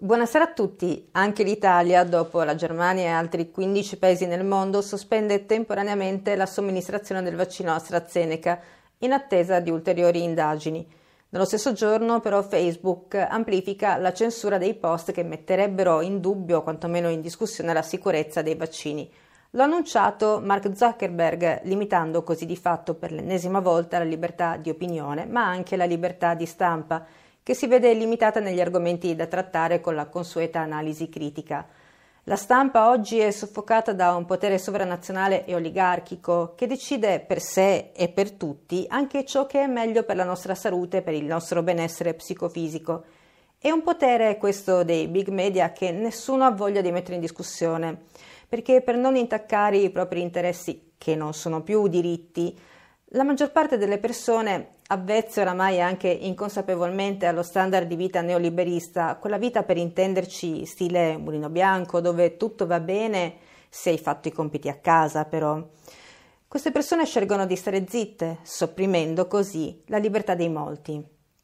Buonasera a tutti. Anche l'Italia, dopo la Germania e altri 15 paesi nel mondo, sospende temporaneamente la somministrazione del vaccino AstraZeneca in attesa di ulteriori indagini. Nello stesso giorno, però, Facebook amplifica la censura dei post che metterebbero in dubbio o quantomeno in discussione la sicurezza dei vaccini. L'ha annunciato Mark Zuckerberg, limitando così di fatto per l'ennesima volta la libertà di opinione, ma anche la libertà di stampa, che si vede limitata negli argomenti da trattare con la consueta analisi critica. La stampa oggi è soffocata da un potere sovranazionale e oligarchico che decide per sé e per tutti anche ciò che è meglio per la nostra salute e per il nostro benessere psicofisico. È un potere, questo dei big media, che nessuno ha voglia di mettere in discussione, perché per non intaccare i propri interessi, che non sono più diritti, la maggior parte delle persone, avvezze oramai anche inconsapevolmente allo standard di vita neoliberista, quella vita per intenderci stile Mulino Bianco, dove tutto va bene se hai fatto i compiti a casa però, queste persone scelgono di stare zitte, sopprimendo così la libertà dei molti.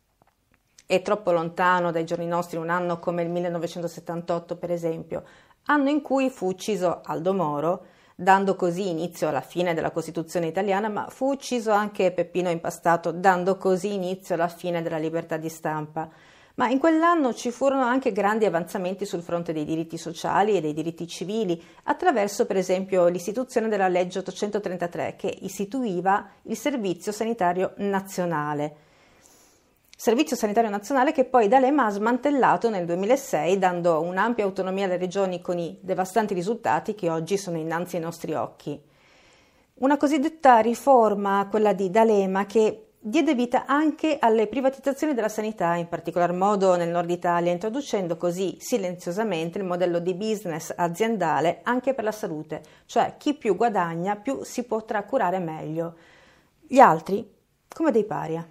È troppo lontano dai giorni nostri un anno come il 1978, per esempio, anno in cui fu ucciso Aldo Moro, dando così inizio alla fine della Costituzione italiana, ma fu ucciso anche Peppino Impastato, dando così inizio alla fine della libertà di stampa. Ma in quell'anno ci furono anche grandi avanzamenti sul fronte dei diritti sociali e dei diritti civili, attraverso per esempio l'istituzione della legge 833 che istituiva il Servizio Sanitario Nazionale. Servizio Sanitario Nazionale che poi D'Alema ha smantellato nel 2006, dando un'ampia autonomia alle regioni con i devastanti risultati che oggi sono innanzi ai nostri occhi. Una cosiddetta riforma, quella di D'Alema, che diede vita anche alle privatizzazioni della sanità, in particolar modo nel nord Italia, introducendo così silenziosamente il modello di business aziendale anche per la salute, cioè chi più guadagna più si potrà curare meglio. Gli altri come dei paria.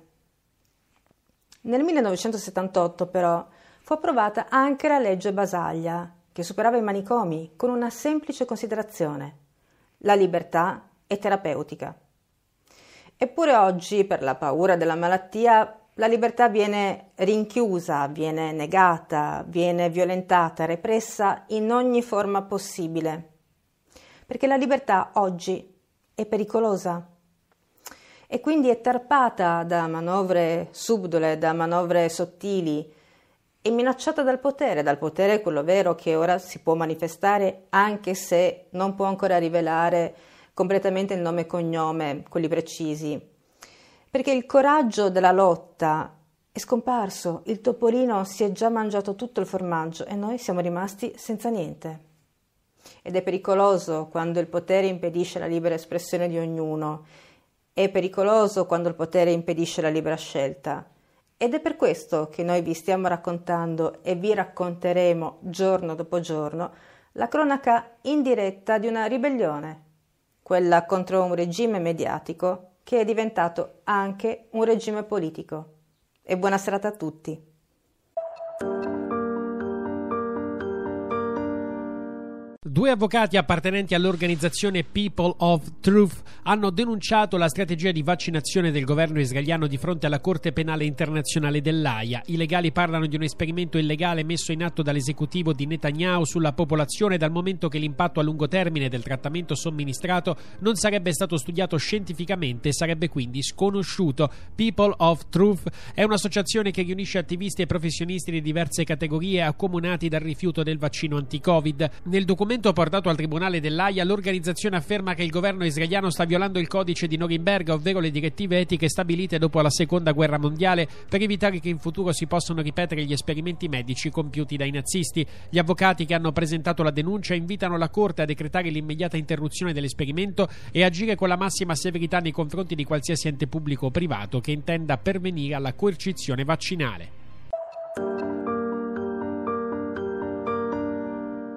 Nel 1978 però fu approvata anche la legge Basaglia, che superava i manicomi con una semplice considerazione: la libertà è terapeutica. Eppure oggi, per la paura della malattia, la libertà viene rinchiusa, viene negata, viene violentata, repressa in ogni forma possibile. Perché la libertà oggi è pericolosa. E quindi è tarpata da manovre subdole, da manovre sottili e minacciata dal potere quello vero che ora si può manifestare anche se non può ancora rivelare completamente il nome e cognome, quelli precisi. Perché il coraggio della lotta è scomparso, il topolino si è già mangiato tutto il formaggio e noi siamo rimasti senza niente. Ed è pericoloso quando il potere impedisce la libera espressione di ognuno. È pericoloso quando il potere impedisce la libera scelta ed è per questo che noi vi stiamo raccontando e vi racconteremo giorno dopo giorno la cronaca indiretta di una ribellione, quella contro un regime mediatico che è diventato anche un regime politico. E buona serata a tutti. Due avvocati appartenenti all'organizzazione People of Truth hanno denunciato la strategia di vaccinazione del governo israeliano di fronte alla Corte Penale Internazionale dell'Aia. I legali parlano di un esperimento illegale messo in atto dall'esecutivo di Netanyahu sulla popolazione, dal momento che l'impatto a lungo termine del trattamento somministrato non sarebbe stato studiato scientificamente e sarebbe quindi sconosciuto. People of Truth è un'associazione che riunisce attivisti e professionisti di diverse categorie accomunati dal rifiuto del vaccino anti-Covid. Nel documento portato al tribunale dell'Aia, l'organizzazione afferma che il governo israeliano sta violando il codice di Norimberga, ovvero le direttive etiche stabilite dopo la seconda guerra mondiale, per evitare che in futuro si possano ripetere gli esperimenti medici compiuti dai nazisti. Gli avvocati che hanno presentato la denuncia invitano la Corte a decretare l'immediata interruzione dell'esperimento e agire con la massima severità nei confronti di qualsiasi ente pubblico o privato che intenda pervenire alla coercizione vaccinale.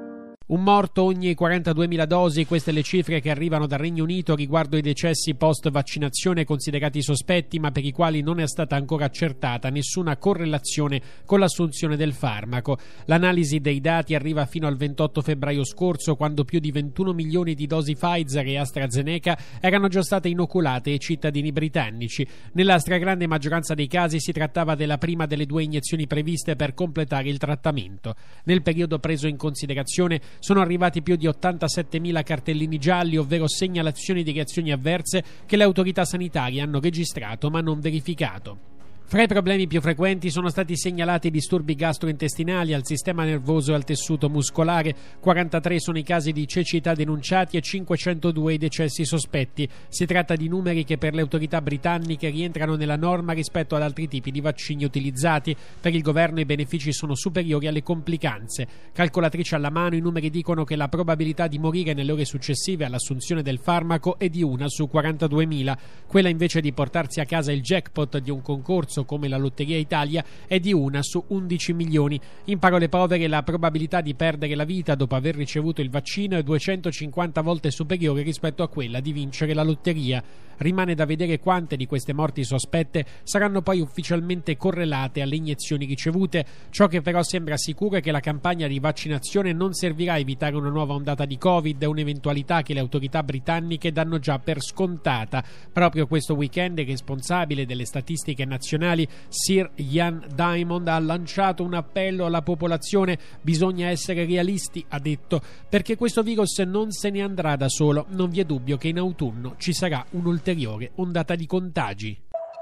Un morto ogni 42.000 dosi, queste le cifre che arrivano dal Regno Unito riguardo i decessi post-vaccinazione considerati sospetti ma per i quali non è stata ancora accertata nessuna correlazione con l'assunzione del farmaco. L'analisi dei dati arriva fino al 28 febbraio scorso, quando più di 21 milioni di dosi Pfizer e AstraZeneca erano già state inoculate ai cittadini britannici. Nella stragrande maggioranza dei casi si trattava della prima delle 2 iniezioni previste per completare il trattamento. Nel periodo preso in considerazione sono arrivati più di 87.000 cartellini gialli, ovvero segnalazioni di reazioni avverse che le autorità sanitarie hanno registrato ma non verificato. Fra i problemi più frequenti sono stati segnalati disturbi gastrointestinali, al sistema nervoso e al tessuto muscolare. 43 sono i casi di cecità denunciati e 502 i decessi sospetti. Si tratta di numeri che per le autorità britanniche rientrano nella norma rispetto ad altri tipi di vaccini utilizzati. Per il governo i benefici sono superiori alle complicanze. Calcolatrice alla mano, i numeri dicono che la probabilità di morire nelle ore successive all'assunzione del farmaco è di 1 su 42.000. Quella invece di portarsi a casa il jackpot di un concorso come la Lotteria Italia è di 1 su 11 milioni. In parole povere, la probabilità di perdere la vita dopo aver ricevuto il vaccino è 250 volte superiore rispetto a quella di vincere la lotteria. Rimane da vedere quante di queste morti sospette saranno poi ufficialmente correlate alle iniezioni ricevute. Ciò che però sembra sicuro è che la campagna di vaccinazione non servirà a evitare una nuova ondata di Covid, un'eventualità che le autorità britanniche danno già per scontata. Proprio questo weekend il responsabile delle statistiche nazionali, Sir Ian Diamond, ha lanciato un appello alla popolazione. Bisogna essere realisti, ha detto, perché questo virus non se ne andrà da solo. Non vi è dubbio che in autunno ci sarà un'ulteriore ondata di contagi.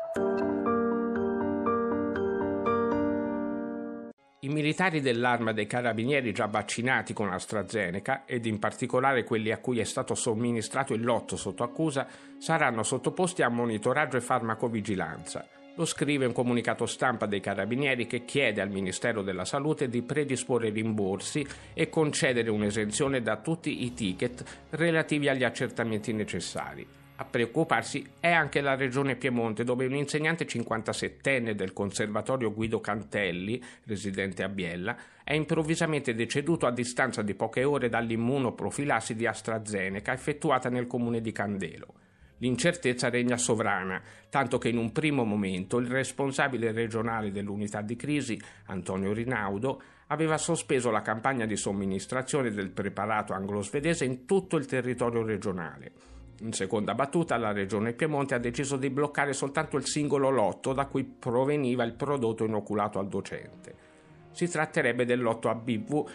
I militari dell'Arma dei Carabinieri già vaccinati con AstraZeneca, ed in particolare quelli a cui è stato somministrato il lotto sotto accusa, saranno sottoposti a monitoraggio e farmacovigilanza. Lo scrive un comunicato stampa dei Carabinieri che chiede al Ministero della Salute di predisporre rimborsi e concedere un'esenzione da tutti i ticket relativi agli accertamenti necessari. A preoccuparsi è anche la Regione Piemonte, dove un insegnante 57enne del Conservatorio Guido Cantelli, residente a Biella, è improvvisamente deceduto a distanza di poche ore dall'immunoprofilassi di AstraZeneca effettuata nel comune di Candelo. L'incertezza regna sovrana, tanto che in un primo momento il responsabile regionale dell'unità di crisi, Antonio Rinaudo, aveva sospeso la campagna di somministrazione del preparato anglo-svedese in tutto il territorio regionale. In seconda battuta, la Regione Piemonte ha deciso di bloccare soltanto il singolo lotto da cui proveniva il prodotto inoculato al docente. Si tratterebbe del lotto ABV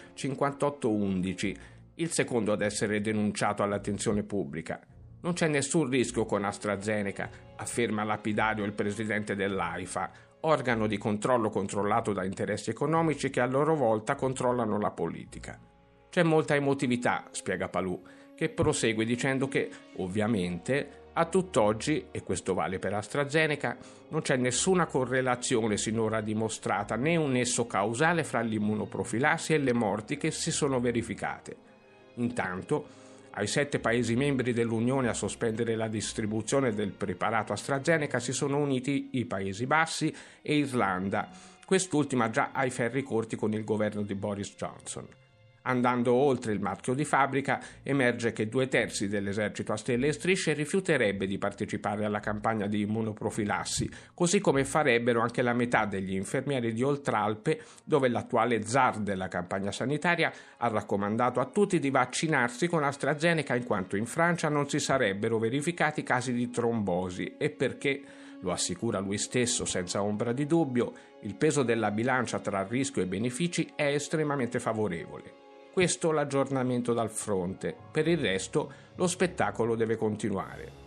5811, il secondo ad essere denunciato all'attenzione pubblica. Non c'è nessun rischio con AstraZeneca, afferma lapidario il presidente dell'AIFA, organo di controllo controllato da interessi economici che a loro volta controllano la politica. C'è molta emotività, spiega Palù, che prosegue dicendo che, ovviamente, a tutt'oggi, e questo vale per AstraZeneca, non c'è nessuna correlazione sinora dimostrata né un nesso causale fra l'immunoprofilassi e le morti che si sono verificate. Intanto, ai 7 Paesi membri dell'Unione a sospendere la distribuzione del preparato AstraZeneca si sono uniti i Paesi Bassi e Irlanda, quest'ultima già ai ferri corti con il governo di Boris Johnson. Andando oltre il marchio di fabbrica, emerge che 2/3 dell'esercito a stelle e strisce rifiuterebbe di partecipare alla campagna di immunoprofilassi, così come farebbero anche la metà degli infermieri di Oltralpe, dove l'attuale zar della campagna sanitaria ha raccomandato a tutti di vaccinarsi con AstraZeneca in quanto in Francia non si sarebbero verificati casi di trombosi e perché, lo assicura lui stesso senza ombra di dubbio, il peso della bilancia tra rischio e benefici è estremamente favorevole. Questo l'aggiornamento dal fronte. Per il resto, lo spettacolo deve continuare.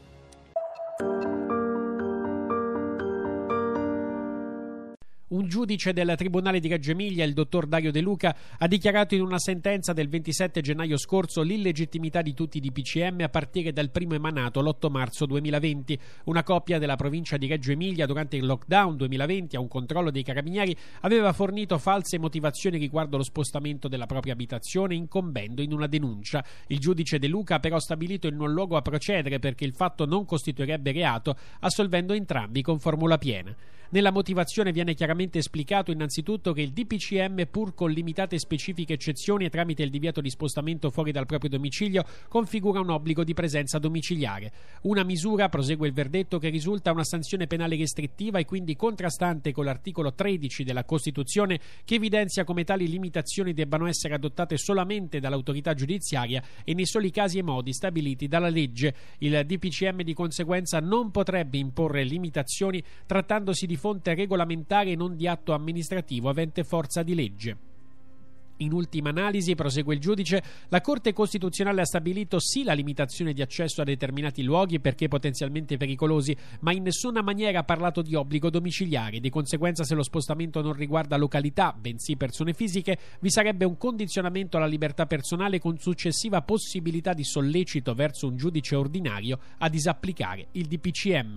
Un giudice del Tribunale di Reggio Emilia, il dottor Dario De Luca, ha dichiarato in una sentenza del 27 gennaio scorso l'illegittimità di tutti i DPCM a partire dal primo emanato l'8 marzo 2020. Una coppia della provincia di Reggio Emilia durante il lockdown 2020 a un controllo dei carabinieri aveva fornito false motivazioni riguardo lo spostamento della propria abitazione incombendo in una denuncia. Il giudice De Luca ha però stabilito il non luogo a procedere perché il fatto non costituirebbe reato, assolvendo entrambi con formula piena. Nella motivazione viene chiaramente esplicato innanzitutto che il DPCM, pur con limitate e specifiche eccezioni e tramite il divieto di spostamento fuori dal proprio domicilio, configura un obbligo di presenza domiciliare. Una misura, prosegue il verdetto, che risulta una sanzione penale restrittiva e quindi contrastante con l'articolo 13 della Costituzione, che evidenzia come tali limitazioni debbano essere adottate solamente dall'autorità giudiziaria e nei soli casi e modi stabiliti dalla legge. Il DPCM di conseguenza non potrebbe imporre limitazioni trattandosi di fonte regolamentare e non di atto amministrativo avente forza di legge. In ultima analisi, prosegue il giudice, la Corte Costituzionale ha stabilito sì la limitazione di accesso a determinati luoghi perché potenzialmente pericolosi, ma in nessuna maniera ha parlato di obbligo domiciliare. Di conseguenza, se lo spostamento non riguarda località, bensì persone fisiche, vi sarebbe un condizionamento alla libertà personale con successiva possibilità di sollecito verso un giudice ordinario a disapplicare il DPCM.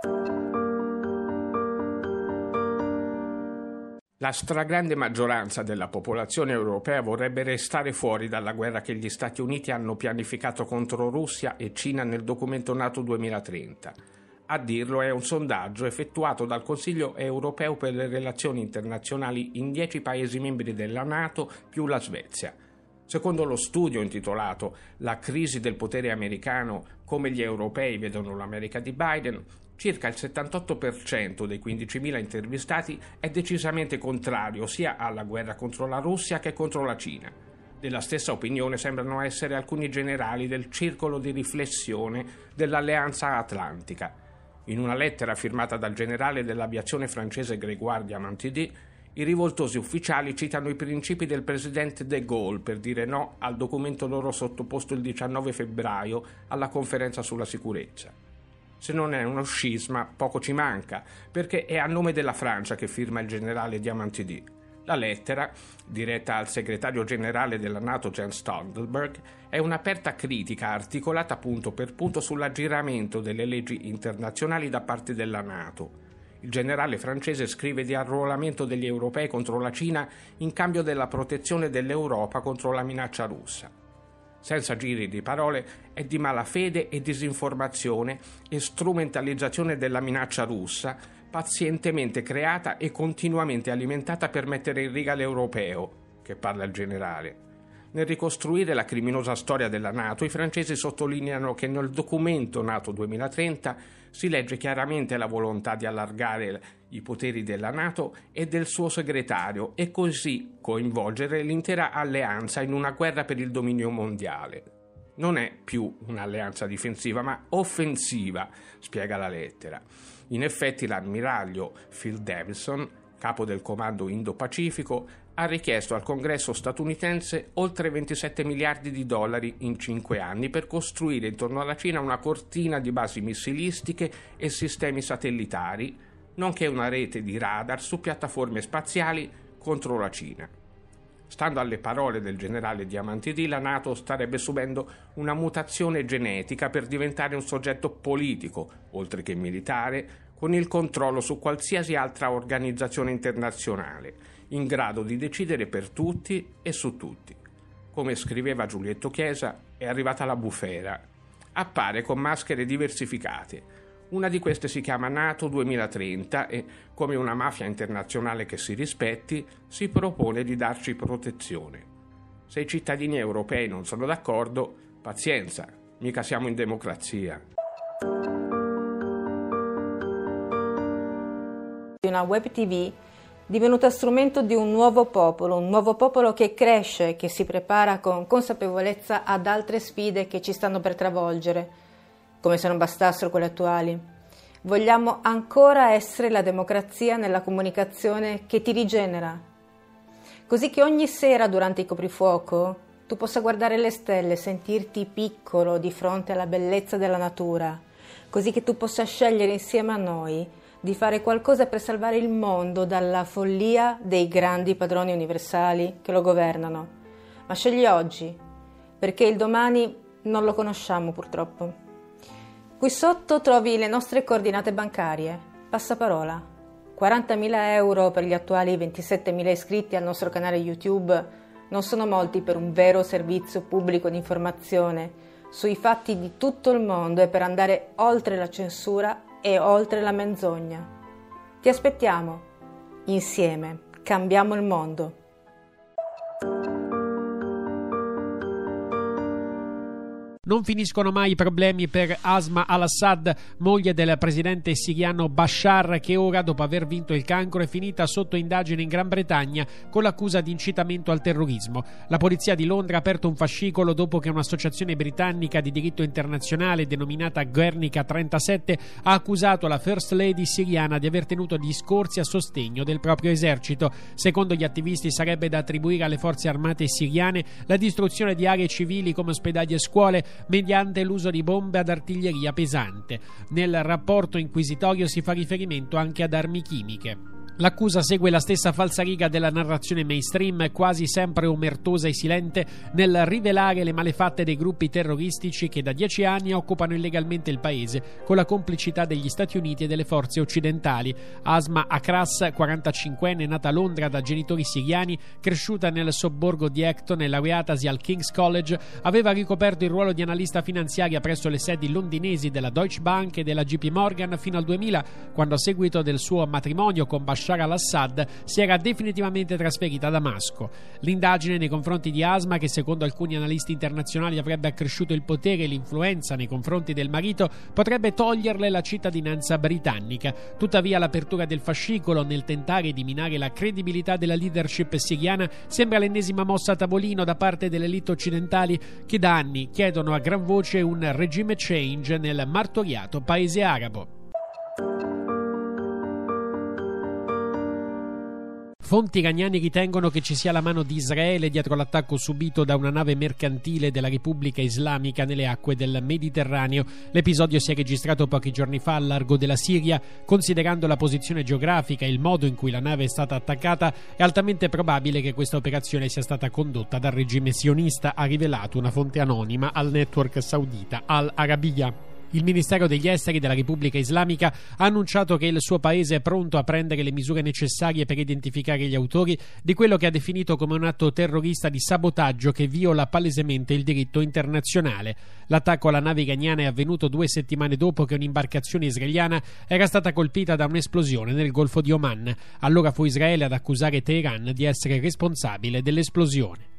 La stragrande maggioranza della popolazione europea vorrebbe restare fuori dalla guerra che gli Stati Uniti hanno pianificato contro Russia e Cina nel documento NATO 2030. A dirlo è un sondaggio effettuato dal Consiglio europeo per le relazioni internazionali in 10 Paesi membri della NATO più la Svezia. Secondo lo studio intitolato «La crisi del potere americano, come gli europei vedono l'America di Biden», circa il 78% dei 15.000 intervistati è decisamente contrario sia alla guerra contro la Russia che contro la Cina. Della stessa opinione sembrano essere alcuni generali del circolo di riflessione dell'Alleanza Atlantica. In una lettera firmata dal generale dell'aviazione francese Grégoire Diamantidis, i rivoltosi ufficiali citano i principi del presidente de Gaulle per dire no al documento loro sottoposto il 19 febbraio alla conferenza sulla sicurezza. Se non è uno scisma, poco ci manca, perché è a nome della Francia che firma il generale Diamantidis. La lettera, diretta al segretario generale della NATO Jens Stoltenberg, è un'aperta critica articolata punto per punto sull'aggiramento delle leggi internazionali da parte della NATO. Il generale francese scrive di arruolamento degli europei contro la Cina in cambio della protezione dell'Europa contro la minaccia russa. Senza giri di parole, è di malafede e disinformazione e strumentalizzazione della minaccia russa, pazientemente creata e continuamente alimentata per mettere in riga l'europeo, che parla il generale. Nel ricostruire la criminosa storia della NATO, i francesi sottolineano che nel documento NATO 2030 si legge chiaramente la volontà di allargare i poteri della NATO e del suo segretario e così coinvolgere l'intera alleanza in una guerra per il dominio mondiale. Non è più un'alleanza difensiva, ma offensiva, spiega la lettera. In effetti l'ammiraglio Phil Davidson, capo del comando Indo-Pacifico, ha richiesto al Congresso statunitense oltre 27 miliardi di dollari in 5 anni per costruire intorno alla Cina una cortina di basi missilistiche e sistemi satellitari, nonché una rete di radar su piattaforme spaziali contro la Cina. Stando alle parole del generale Diamantidis, la NATO starebbe subendo una mutazione genetica per diventare un soggetto politico, oltre che militare, con il controllo su qualsiasi altra organizzazione internazionale, in grado di decidere per tutti e su tutti. Come scriveva Giulietto Chiesa, è arrivata la bufera. Appare con maschere diversificate. Una di queste si chiama NATO 2030 e, come una mafia internazionale che si rispetti, si propone di darci protezione. Se i cittadini europei non sono d'accordo, pazienza, mica siamo in democrazia. Una web TV divenuta strumento di un nuovo popolo che cresce, che si prepara con consapevolezza ad altre sfide che ci stanno per travolgere, come se non bastassero quelle attuali. Vogliamo ancora essere la democrazia nella comunicazione che ti rigenera, così che ogni sera durante il coprifuoco tu possa guardare le stelle, sentirti piccolo di fronte alla bellezza della natura, così che tu possa scegliere insieme a noi di fare qualcosa per salvare il mondo dalla follia dei grandi padroni universali che lo governano. Ma scegli oggi, perché il domani non lo conosciamo purtroppo. Qui sotto trovi le nostre coordinate bancarie. Passaparola. 40.000 euro per gli attuali 27.000 iscritti al nostro canale YouTube non sono molti per un vero servizio pubblico di informazione sui fatti di tutto il mondo e per andare oltre la censura e oltre la menzogna. Ti Ti aspettiamo. Insieme cambiamo il mondo. Non finiscono mai i problemi per Asma al-Assad, moglie del presidente siriano Bashar, che ora, dopo aver vinto il cancro, è finita sotto indagine in Gran Bretagna con l'accusa di incitamento al terrorismo. La polizia di Londra ha aperto un fascicolo dopo che un'associazione britannica di diritto internazionale denominata Guernica 37 ha accusato la First Lady siriana di aver tenuto discorsi a sostegno del proprio esercito. Secondo gli attivisti sarebbe da attribuire alle forze armate siriane la distruzione di aree civili come ospedali e scuole mediante l'uso di bombe ad artiglieria pesante. Nel rapporto inquisitorio si fa riferimento anche ad armi chimiche. L'accusa segue la stessa falsariga della narrazione mainstream, quasi sempre omertosa e silente, nel rivelare le malefatte dei gruppi terroristici che da 10 anni occupano illegalmente il paese, con la complicità degli Stati Uniti e delle forze occidentali. Asma Akras, 45enne, nata a Londra da genitori siriani, cresciuta nel sobborgo di Acton e laureatasi al King's College, aveva ricoperto il ruolo di analista finanziaria presso le sedi londinesi della Deutsche Bank e della JP Morgan fino al 2000, quando a seguito del suo matrimonio con Bashar al-Assad si era definitivamente trasferita a Damasco. L'indagine nei confronti di Asma, che secondo alcuni analisti internazionali avrebbe accresciuto il potere e l'influenza nei confronti del marito, potrebbe toglierle la cittadinanza britannica. Tuttavia l'apertura del fascicolo nel tentare di minare la credibilità della leadership siriana sembra l'ennesima mossa a tavolino da parte delle elite occidentali che da anni chiedono a gran voce un regime change nel martoriato paese arabo. Fonti iraniane ritengono che ci sia la mano di Israele dietro l'attacco subito da una nave mercantile della Repubblica Islamica nelle acque del Mediterraneo. L'episodio si è registrato pochi giorni fa al largo della Siria. Considerando la posizione geografica e il modo in cui la nave è stata attaccata, è altamente probabile che questa operazione sia stata condotta dal regime sionista, ha rivelato una fonte anonima al network saudita Al Arabiya. Il Ministero degli Esteri della Repubblica Islamica ha annunciato che il suo paese è pronto a prendere le misure necessarie per identificare gli autori di quello che ha definito come un atto terrorista di sabotaggio che viola palesemente il diritto internazionale. L'attacco alla nave iraniana è avvenuto 2 settimane dopo che un'imbarcazione israeliana era stata colpita da un'esplosione nel Golfo di Oman. Allora fu Israele ad accusare Teheran di essere responsabile dell'esplosione.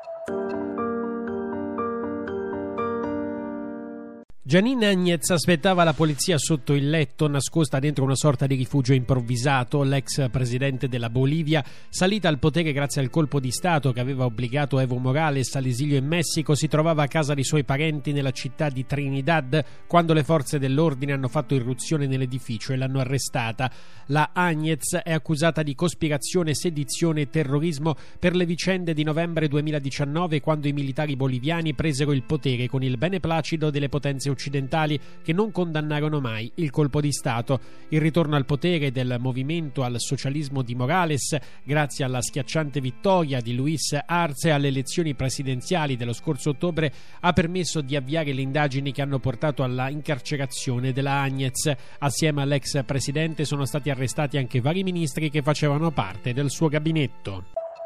Janine Áñez aspettava la polizia sotto il letto, nascosta dentro una sorta di rifugio improvvisato. L'ex presidente della Bolivia, salita al potere grazie al colpo di Stato che aveva obbligato Evo Morales all'esilio in Messico, si trovava a casa dei suoi parenti nella città di Trinidad quando le forze dell'ordine hanno fatto irruzione nell'edificio e l'hanno arrestata. La Áñez è accusata di cospirazione, sedizione e terrorismo per le vicende di novembre 2019, quando i militari boliviani presero il potere con il beneplacito delle potenze occidentali che non condannarono mai il colpo di Stato. Il ritorno al potere del movimento al socialismo di Morales, grazie alla schiacciante vittoria di Luis Arce alle elezioni presidenziali dello scorso ottobre, ha permesso di avviare le indagini che hanno portato alla incarcerazione della Áñez. Assieme all'ex presidente sono stati arrestati anche vari ministri che facevano parte del suo gabinetto.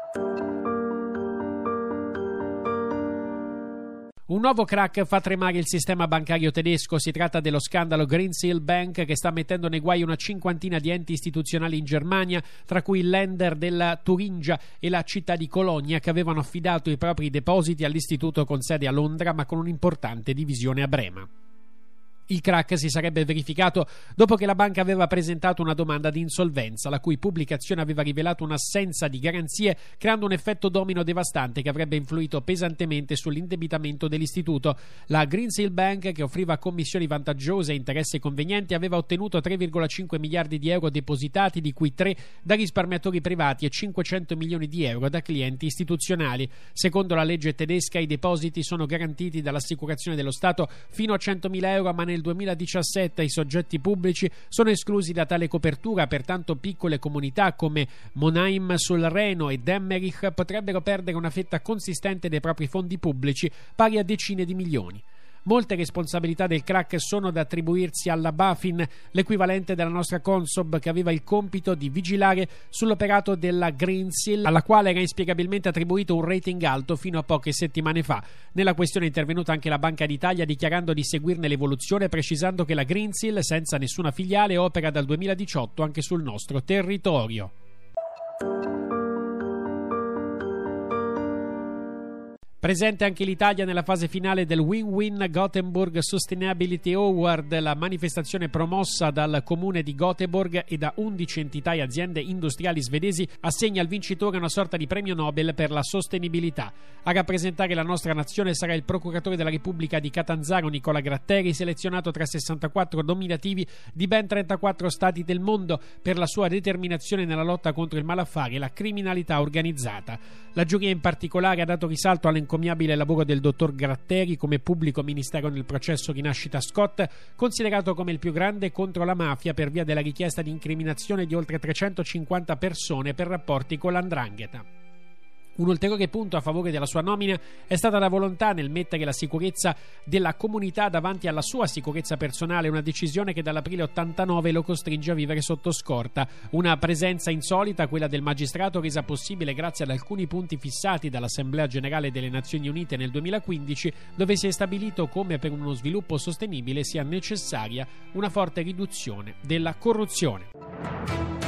Un nuovo crack fa tremare il sistema bancario tedesco. Si tratta dello scandalo Greensill Bank, che sta mettendo nei guai una cinquantina di enti istituzionali in Germania, tra cui il Länder della Turingia e la città di Colonia, che avevano affidato i propri depositi all'istituto con sede a Londra ma con un'importante divisione a Brema. Il crack si sarebbe verificato dopo che la banca aveva presentato una domanda di insolvenza, la cui pubblicazione aveva rivelato un'assenza di garanzie, creando un effetto domino devastante che avrebbe influito pesantemente sull'indebitamento dell'istituto. La Greensill Bank, che offriva commissioni vantaggiose e interessi convenienti, aveva ottenuto 3,5 miliardi di euro depositati, di cui 3 da risparmiatori privati e 500 milioni di euro da clienti istituzionali. Secondo la legge tedesca, i depositi sono garantiti dall'assicurazione dello Stato fino a 100.000 euro, ma nel 2017 i soggetti pubblici sono esclusi da tale copertura. Pertanto piccole comunità come Monheim sul Reno e Demmerich potrebbero perdere una fetta consistente dei propri fondi pubblici, pari a decine di milioni. Molte responsabilità del crack sono da attribuirsi alla BaFin, l'equivalente della nostra Consob, che aveva il compito di vigilare sull'operato della Greensill, alla quale era inspiegabilmente attribuito un rating alto fino a poche settimane fa. Nella questione è intervenuta anche la Banca d'Italia, dichiarando di seguirne l'evoluzione, precisando che la Greensill, senza nessuna filiale, opera dal 2018 anche sul nostro territorio. Presente anche l'Italia nella fase finale del Win-Win Gothenburg Sustainability Award, la manifestazione promossa dal comune di Göteborg e da 11 entità e aziende industriali svedesi assegna al vincitore una sorta di premio Nobel per la sostenibilità. A rappresentare la nostra nazione sarà il procuratore della Repubblica di Catanzaro Nicola Gratteri, selezionato tra 64 nominativi di ben 34 stati del mondo per la sua determinazione nella lotta contro il malaffare e la criminalità organizzata. La giuria in particolare ha dato risalto all'encomiabile lavoro del dottor Gratteri come pubblico ministero nel processo Rinascita Scott, considerato come il più grande contro la mafia per via della richiesta di incriminazione di oltre 350 persone per rapporti con l''ndrangheta. Un ulteriore punto a favore della sua nomina è stata la volontà nel mettere la sicurezza della comunità davanti alla sua sicurezza personale, una decisione che dall'aprile 89 lo costringe a vivere sotto scorta. Una presenza insolita, quella del magistrato, resa possibile grazie ad alcuni punti fissati dall'Assemblea Generale delle Nazioni Unite nel 2015, dove si è stabilito come per uno sviluppo sostenibile sia necessaria una forte riduzione della corruzione.